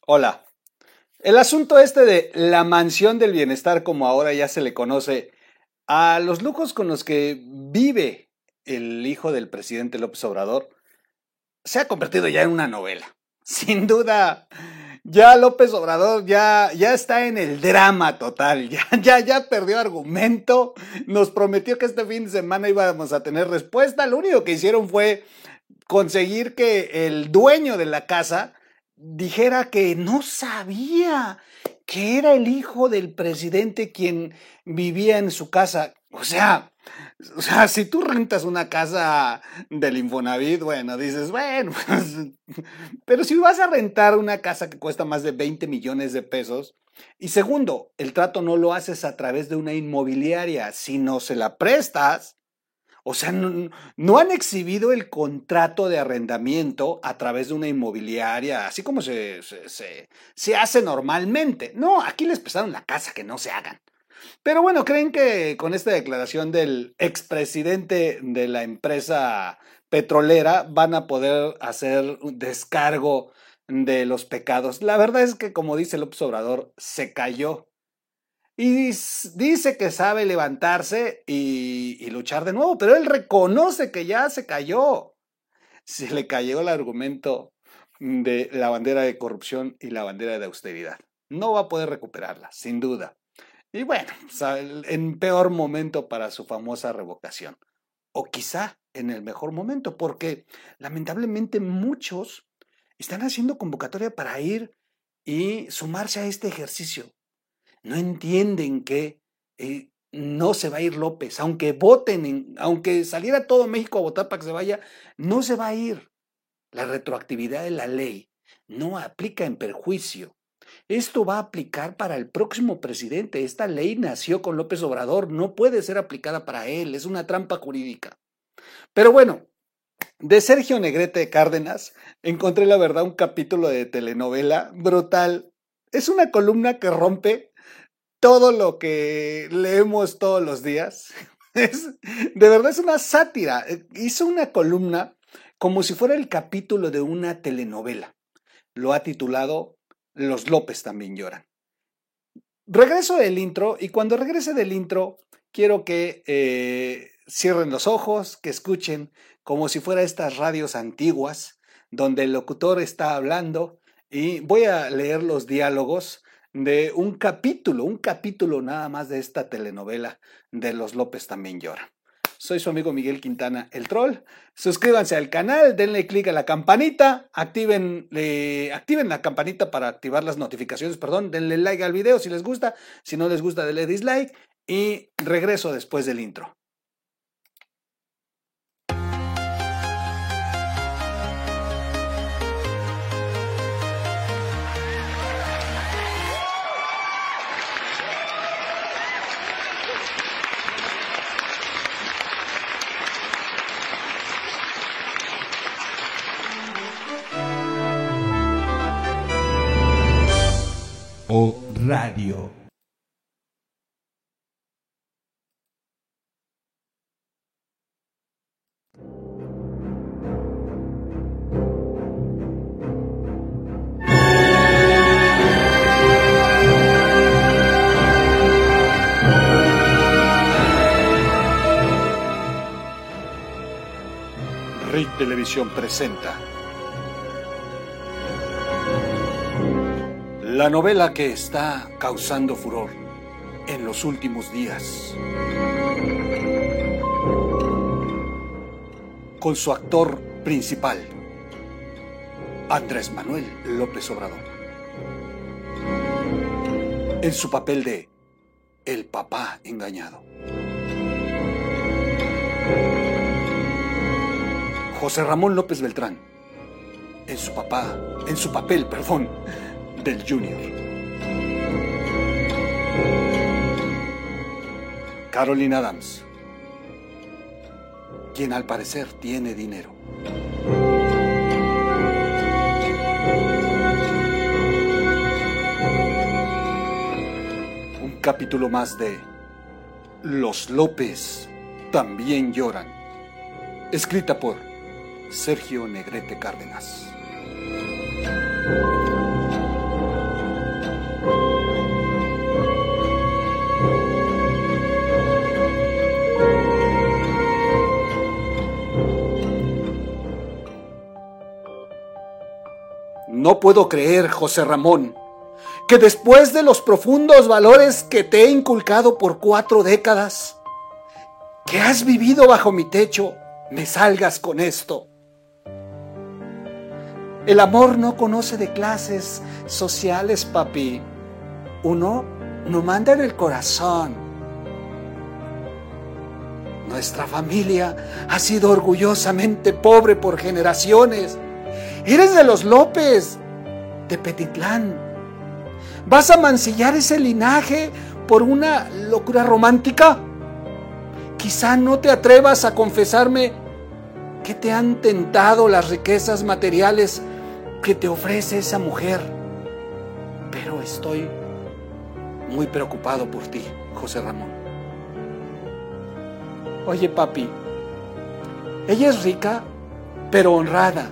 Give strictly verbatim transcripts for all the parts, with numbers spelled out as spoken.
Hola. El asunto este de la mansión del bienestar, como ahora ya se le conoce, a los lujos con los que vive el hijo del presidente López Obrador, se ha convertido ya en una novela. Sin duda, ya López Obrador ya, ya está en el drama total, ya, ya, ya perdió argumento, nos prometió que este fin de semana íbamos a tener respuesta, lo único que hicieron fue conseguir que el dueño de la casa dijera que no sabía que era el hijo del presidente quien vivía en su casa. O sea, o sea, si tú rentas una casa del Infonavit, bueno, dices, bueno, pues, pero si vas a rentar una casa que cuesta más de veinte millones de pesos, y segundo, el trato no lo haces a través de una inmobiliaria, sino se la prestas. O sea, no, no, han exhibido el contrato de arrendamiento a través de una inmobiliaria, así como se, se, se, se hace normalmente. No, aquí les prestaron la casa, que no se hagan. Pero bueno, ¿creen que con esta declaración del expresidente de la empresa petrolera van a poder hacer un descargo de los pecados? La verdad es que, como dice López Obrador, se cayó. Y dice que sabe levantarse y, y luchar de nuevo, pero él reconoce que ya se cayó. Se le cayó el argumento de la bandera de corrupción y la bandera de austeridad. No va a poder recuperarla, sin duda. Y bueno, en peor momento para su famosa revocación. O quizá en el mejor momento, porque lamentablemente muchos están haciendo convocatoria para ir y sumarse a este ejercicio. No entienden que eh, no se va a ir López, aunque voten, en, aunque saliera todo México a votar para que se vaya, no se va a ir. La retroactividad de la ley no aplica en perjuicio. Esto va a aplicar para el próximo presidente. Esta ley nació con López Obrador, no puede ser aplicada para él, es una trampa jurídica. Pero bueno, de Sergio Negrete Cárdenas encontré la verdad un capítulo de telenovela brutal. Es una columna que rompe todo lo que leemos todos los días. Es, de verdad es una sátira. Hizo una columna como si fuera el capítulo de una telenovela. Lo ha titulado Los López también lloran. Regreso del intro y cuando regrese del intro quiero que eh, cierren los ojos, que escuchen como si fuera estas radios antiguas donde el locutor está hablando y voy a leer los diálogos de un capítulo, un capítulo nada más de esta telenovela de Los López también lloran. Soy su amigo Miguel Quintana, el troll. Suscríbanse al canal, denle click a la campanita, activen, eh, activen la campanita para activar las notificaciones, perdón, denle like al video si les gusta, si no les gusta denle dislike y regreso después del intro. O Radio. R I T Televisión presenta la novela que está causando furor en los últimos días, con su actor principal, Andrés Manuel López Obrador, en su papel de el papá engañado. José Ramón López Beltrán, en su papá, en su papel, perdón, del Junior. Carolyn Adams, quien al parecer tiene dinero. Un capítulo más de Los López también lloran, escrita por Sergio Negrete Cárdenas. No puedo creer, José Ramón, que después de los profundos valores que te he inculcado por cuatro décadas, que has vivido bajo mi techo, me salgas con esto. El amor no conoce de clases sociales, papi. Uno no manda en el corazón. Nuestra familia ha sido orgullosamente pobre por generaciones. Eres de los López, de Petitlán. ¿Vas a mancillar ese linaje por una locura romántica? Quizá no te atrevas a confesarme que te han tentado las riquezas materiales que te ofrece esa mujer. Pero estoy muy preocupado por ti, José Ramón. Oye, papi, ella es rica, pero honrada.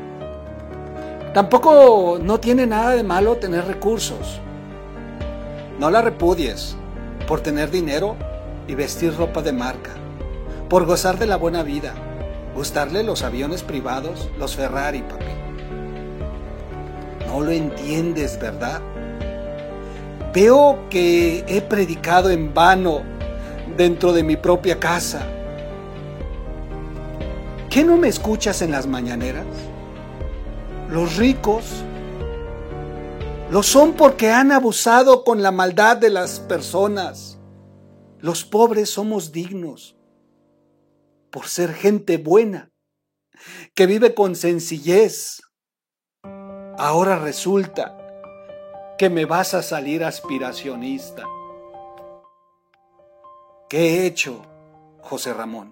Tampoco no tiene nada de malo tener recursos. No la repudies por tener dinero y vestir ropa de marca, por gozar de la buena vida, gustarle los aviones privados, los Ferrari, papi. No lo entiendes, ¿verdad? Veo que he predicado en vano dentro de mi propia casa. ¿Qué no me escuchas en las mañaneras? Los ricos lo son porque han abusado con la maldad de las personas. Los pobres somos dignos por ser gente buena, que vive con sencillez. Ahora resulta que me vas a salir aspiracionista. ¿Qué he hecho, José Ramón?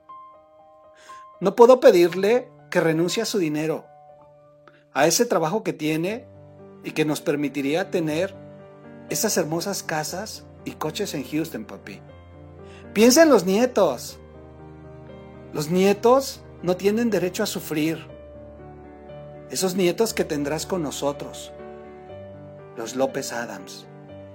No puedo pedirle que renuncie a su dinero, a ese trabajo que tiene y que nos permitiría tener esas hermosas casas y coches en Houston, papi. Piensa en los nietos. Los nietos no tienen derecho a sufrir. Esos nietos que tendrás con nosotros, los López Adams.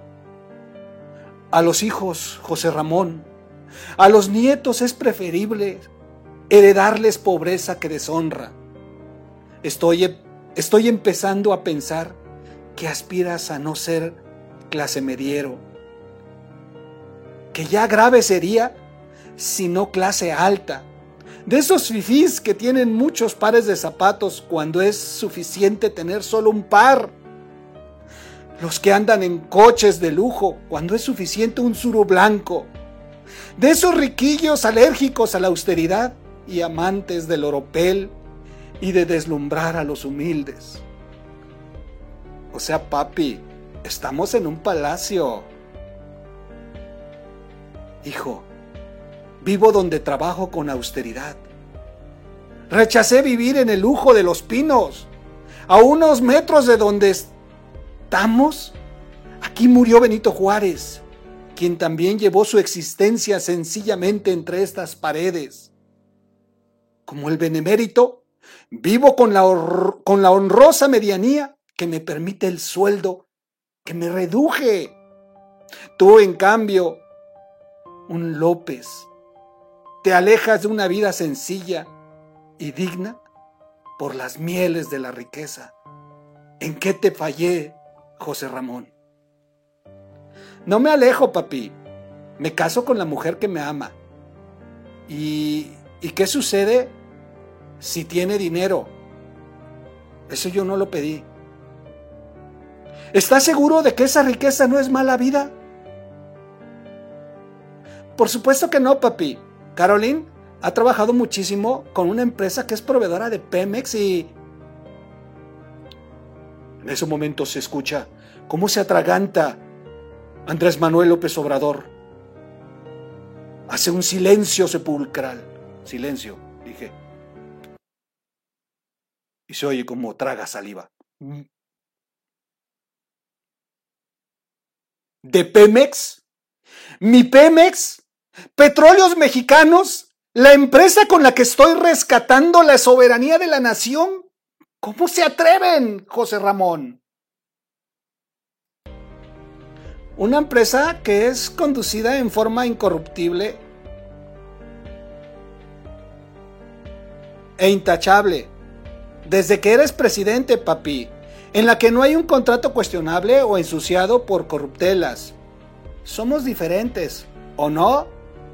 A los hijos, José Ramón, a los nietos es preferible heredarles pobreza que deshonra. Estoy, estoy empezando a pensar que aspiras a no ser clase mediero, que ya grave sería si no clase alta, de esos fifís que tienen muchos pares de zapatos cuando es suficiente tener solo un par, los que andan en coches de lujo cuando es suficiente un suro blanco, de esos riquillos alérgicos a la austeridad y amantes del oropel y de deslumbrar a los humildes. O sea, papi, estamos en un palacio. Hijo, vivo donde trabajo con austeridad. Rechacé vivir en el lujo de los pinos. A unos metros de donde estamos, aquí murió Benito Juárez, quien también llevó su existencia sencillamente entre estas paredes. Como el benemérito, vivo con la, hor- con la honrosa medianía que me permite el sueldo que me reduje. Tú, en cambio, un López, te alejas de una vida sencilla y digna por las mieles de la riqueza. ¿En qué te fallé, José Ramón? No me alejo, papi. Me caso con la mujer que me ama. ¿Y, ¿y qué sucede si tiene dinero? Eso yo no lo pedí. ¿Estás seguro de que esa riqueza no es mala vida? Por supuesto que no, papi. Caroline ha trabajado muchísimo con una empresa que es proveedora de Pemex y... En ese momento se escucha cómo se atraganta Andrés Manuel López Obrador. Hace un silencio sepulcral. Silencio, dije. Y se oye como traga saliva. ¿De Pemex? ¿Mi Pemex? ¿Petróleos Mexicanos? ¿La empresa con la que estoy rescatando la soberanía de la nación? ¿Cómo se atreven, José Ramón? Una empresa que es conducida en forma incorruptible e intachable. Desde que eres presidente, papi, en la que no hay un contrato cuestionable o ensuciado por corruptelas. Somos diferentes, ¿o no?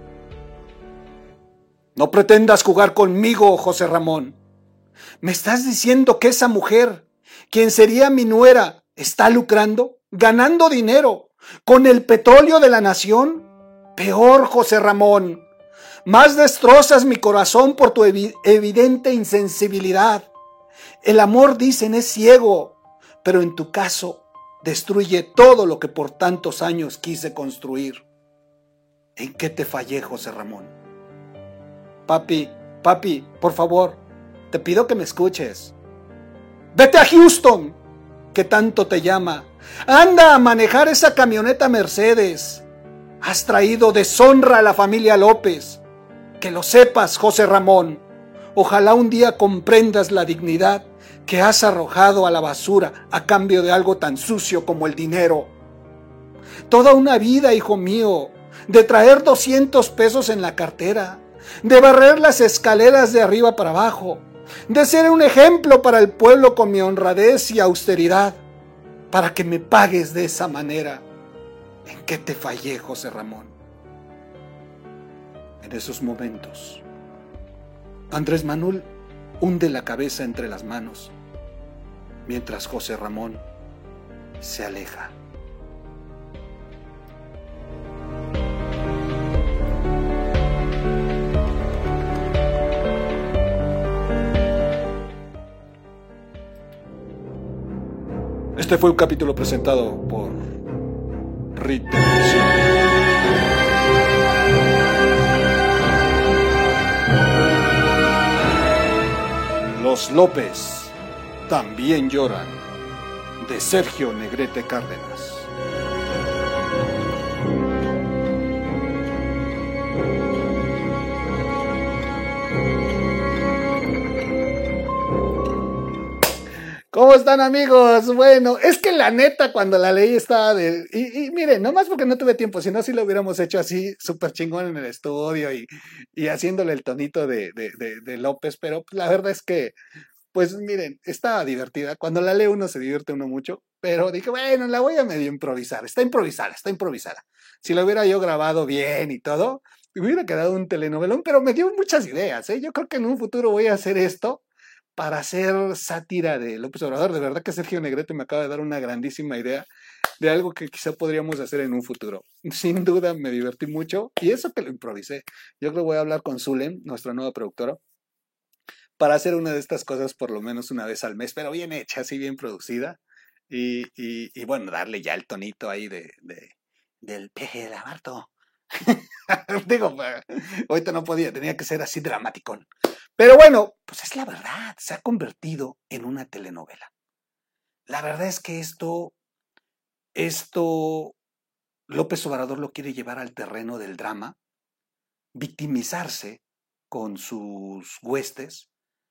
No pretendas jugar conmigo, José Ramón. ¿Me estás diciendo que esa mujer, quien sería mi nuera, está lucrando, ganando dinero, con el petróleo de la nación? Peor, José Ramón. Más destrozas mi corazón por tu evi- evidente insensibilidad. El amor, dicen, es ciego, pero en tu caso destruye todo lo que por tantos años quise construir. ¿En qué te fallé, José Ramón? Papi, papi, por favor, te pido que me escuches. Vete a Houston, que tanto te llama. Anda a manejar esa camioneta Mercedes. Has traído deshonra a la familia López. Que lo sepas, José Ramón. Ojalá un día comprendas la dignidad que has arrojado a la basura a cambio de algo tan sucio como el dinero. Toda una vida, hijo mío, de traer doscientos pesos en la cartera, de barrer las escaleras de arriba para abajo, de ser un ejemplo para el pueblo con mi honradez y austeridad, para que me pagues de esa manera. ¿En qué te fallé, José Ramón? En esos momentos, Andrés Manuel hunde la cabeza entre las manos, mientras José Ramón se aleja. Este fue un capítulo presentado por R I T Televisión. Los López también lloran, de Sergio Negrete Cárdenas. ¿Cómo están, amigos? Bueno, es que la neta cuando la leí estaba de... Y, y miren, no más porque no tuve tiempo, si no, sí lo hubiéramos hecho así súper chingón en el estudio y, y haciéndole el tonito de, de, de, de López, pero la verdad es que, pues miren, estaba divertida. Cuando la lee uno se divierte uno mucho, pero dije, bueno, la voy a medio improvisar. Está improvisada, está improvisada. Si lo hubiera yo grabado bien y todo, me hubiera quedado un telenovelón, pero me dio muchas ideas, ¿eh? Yo creo que en un futuro voy a hacer esto para hacer sátira de López Obrador. De verdad que Sergio Negrete me acaba de dar una grandísima idea de algo que quizá podríamos hacer en un futuro. Sin duda me divertí mucho y eso que lo improvisé. Yo creo que voy a hablar con Zulem, nuestra nueva productora, para hacer una de estas cosas por lo menos una vez al mes, pero bien hecha, así bien producida. Y, y, y bueno, darle ya el tonito ahí de, de del peje de lagarto. Digo, ahorita no podía, tenía que ser así dramaticón. Pero bueno, pues es la verdad, se ha convertido en una telenovela. La verdad es que esto, esto, López Obrador lo quiere llevar al terreno del drama, victimizarse con sus huestes,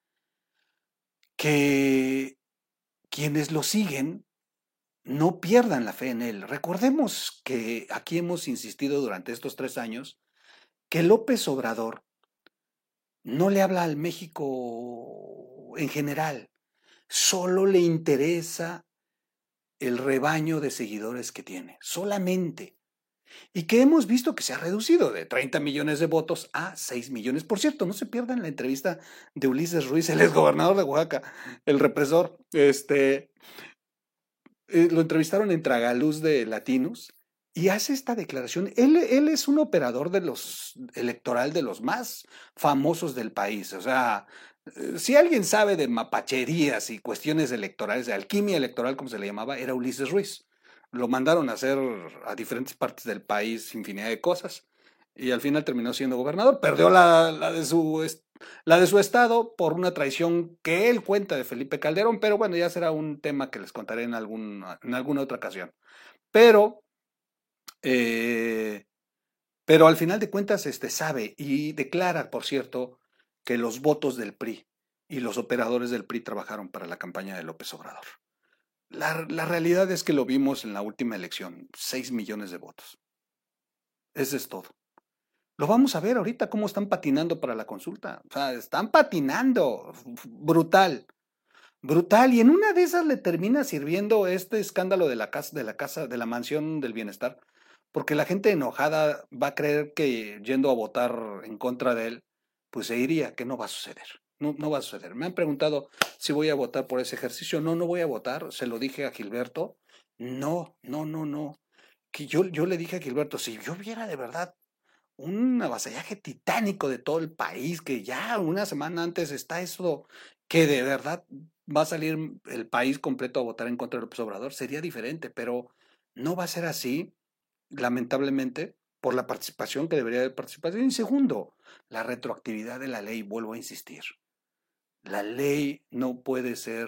que quienes lo siguen no pierdan la fe en él. Recordemos que aquí hemos insistido durante estos tres años que López Obrador no le habla al México en general, solo le interesa el rebaño de seguidores que tiene, solamente. Y que hemos visto que se ha reducido de treinta millones de votos a seis millones. Por cierto, no se pierdan la entrevista de Ulises Ruiz, el exgobernador de Oaxaca, el represor. Este, eh, lo entrevistaron en Tragaluz de Latinos y hace esta declaración. Él, él es un operador de los electoral de los más famosos del país. O sea, eh, si alguien sabe de mapacherías y cuestiones electorales, de alquimia electoral, como se le llamaba, era Ulises Ruiz. Lo mandaron a hacer a diferentes partes del país infinidad de cosas y al final terminó siendo gobernador. Perdió la, la, de su, la de su estado por una traición que él cuenta de Felipe Calderón, pero bueno, ya será un tema que les contaré en, algún, en alguna otra ocasión. Pero, eh, pero al final de cuentas este, sabe y declara, por cierto, que los votos del P R I y los operadores del P R I trabajaron para la campaña de López Obrador. La, la realidad es que lo vimos en la última elección, seis millones de votos. Eso es todo. Lo vamos a ver ahorita cómo están patinando para la consulta. O sea, están patinando, brutal. brutal, y en una de esas le termina sirviendo este escándalo de la casa, de la casa, de la mansión del bienestar, porque la gente enojada va a creer que yendo a votar en contra de él, pues se iría, que no va a suceder. No, no va a suceder. Me han preguntado si voy a votar por ese ejercicio. No, no voy a votar. Se lo dije a Gilberto. No, no, no, no. Que yo, yo le dije a Gilberto, si yo viera de verdad un avasallaje titánico de todo el país, que ya una semana antes está eso, que de verdad va a salir el país completo a votar en contra de López Obrador, sería diferente, pero no va a ser así, lamentablemente, por la participación que debería haber participación. Y segundo, la retroactividad de la ley, vuelvo a insistir. La ley no puede ser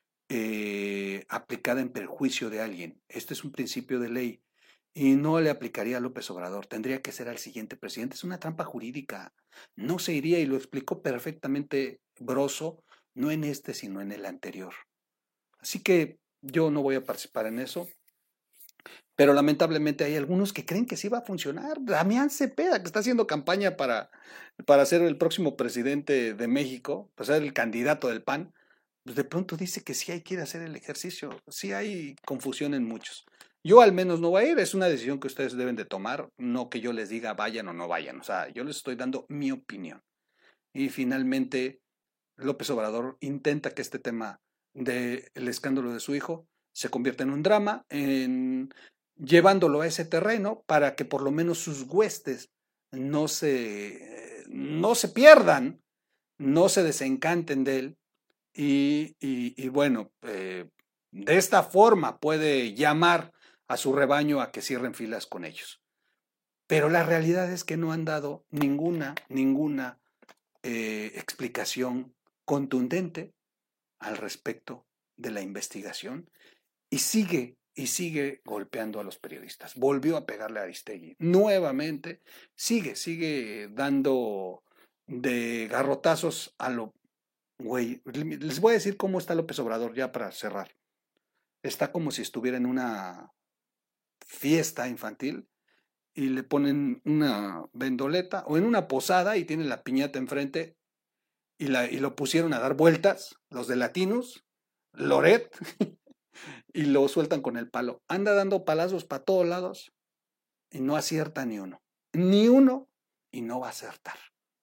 eh, aplicada en perjuicio de alguien. Este es un principio de ley y no le aplicaría a López Obrador. Tendría que ser al siguiente presidente. Es una trampa jurídica. No se iría, y lo explicó perfectamente Broso, no en este, sino en el anterior. Así que yo no voy a participar en eso. Pero lamentablemente hay algunos que creen que sí va a funcionar. Damián Cepeda, que está haciendo campaña para, para ser el próximo presidente de México, para ser el candidato del P A N, pues de pronto dice que sí hay que ir a hacer el ejercicio. Sí hay confusión en muchos. Yo al menos no voy a ir, es una decisión que ustedes deben de tomar, no que yo les diga vayan o no vayan. O sea, yo les estoy dando mi opinión. Y finalmente, López Obrador intenta que este tema del escándalo de su hijo se convierta en un drama, en llevándolo a ese terreno para que por lo menos sus huestes no se, no se pierdan, no se desencanten de él y, y, y bueno, eh, de esta forma puede llamar a su rebaño a que cierren filas con ellos. Pero la realidad es que no han dado ninguna, ninguna eh, explicación contundente al respecto de la investigación y sigue y sigue golpeando a los periodistas. Volvió a pegarle a Aristegui nuevamente, sigue, sigue dando de garrotazos a lo güey. Les voy a decir cómo está López Obrador ya para cerrar. Está como si estuviera en una fiesta infantil y le ponen una vendoleta o en una posada y tiene la piñata enfrente y, la, y lo pusieron a dar vueltas, los de Latinos, Loret, y lo sueltan con el palo. Anda dando palazos para todos lados y no acierta ni uno. Ni uno y no va a acertar.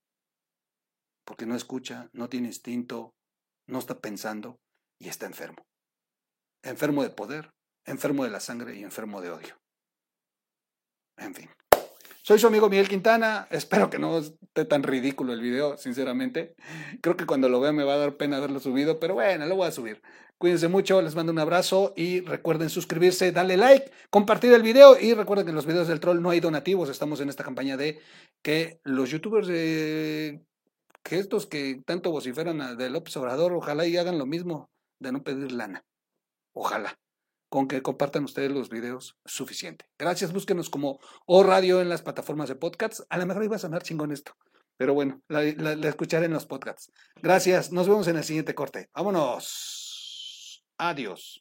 Porque no escucha, no tiene instinto, no está pensando y está enfermo. Enfermo de poder, enfermo de la sangre y enfermo de odio. En fin. Soy su amigo Miguel Quintana, espero que no esté tan ridículo el video, sinceramente. Creo que cuando lo vea me va a dar pena haberlo subido, pero bueno, lo voy a subir. Cuídense mucho, les mando un abrazo y recuerden suscribirse, darle like, compartir el video y recuerden que en los videos del troll no hay donativos. Estamos en esta campaña de que los youtubers, eh, que estos que tanto vociferan de López Obrador, ojalá y hagan lo mismo de no pedir lana. Ojalá. Con que compartan ustedes los videos, suficiente. Gracias, búsquenos como O Radio en las plataformas de podcasts. A lo mejor iba a sonar chingón esto, pero bueno, la, la, la escucharé en los podcasts. Gracias, nos vemos en el siguiente corte. Vámonos. Adiós.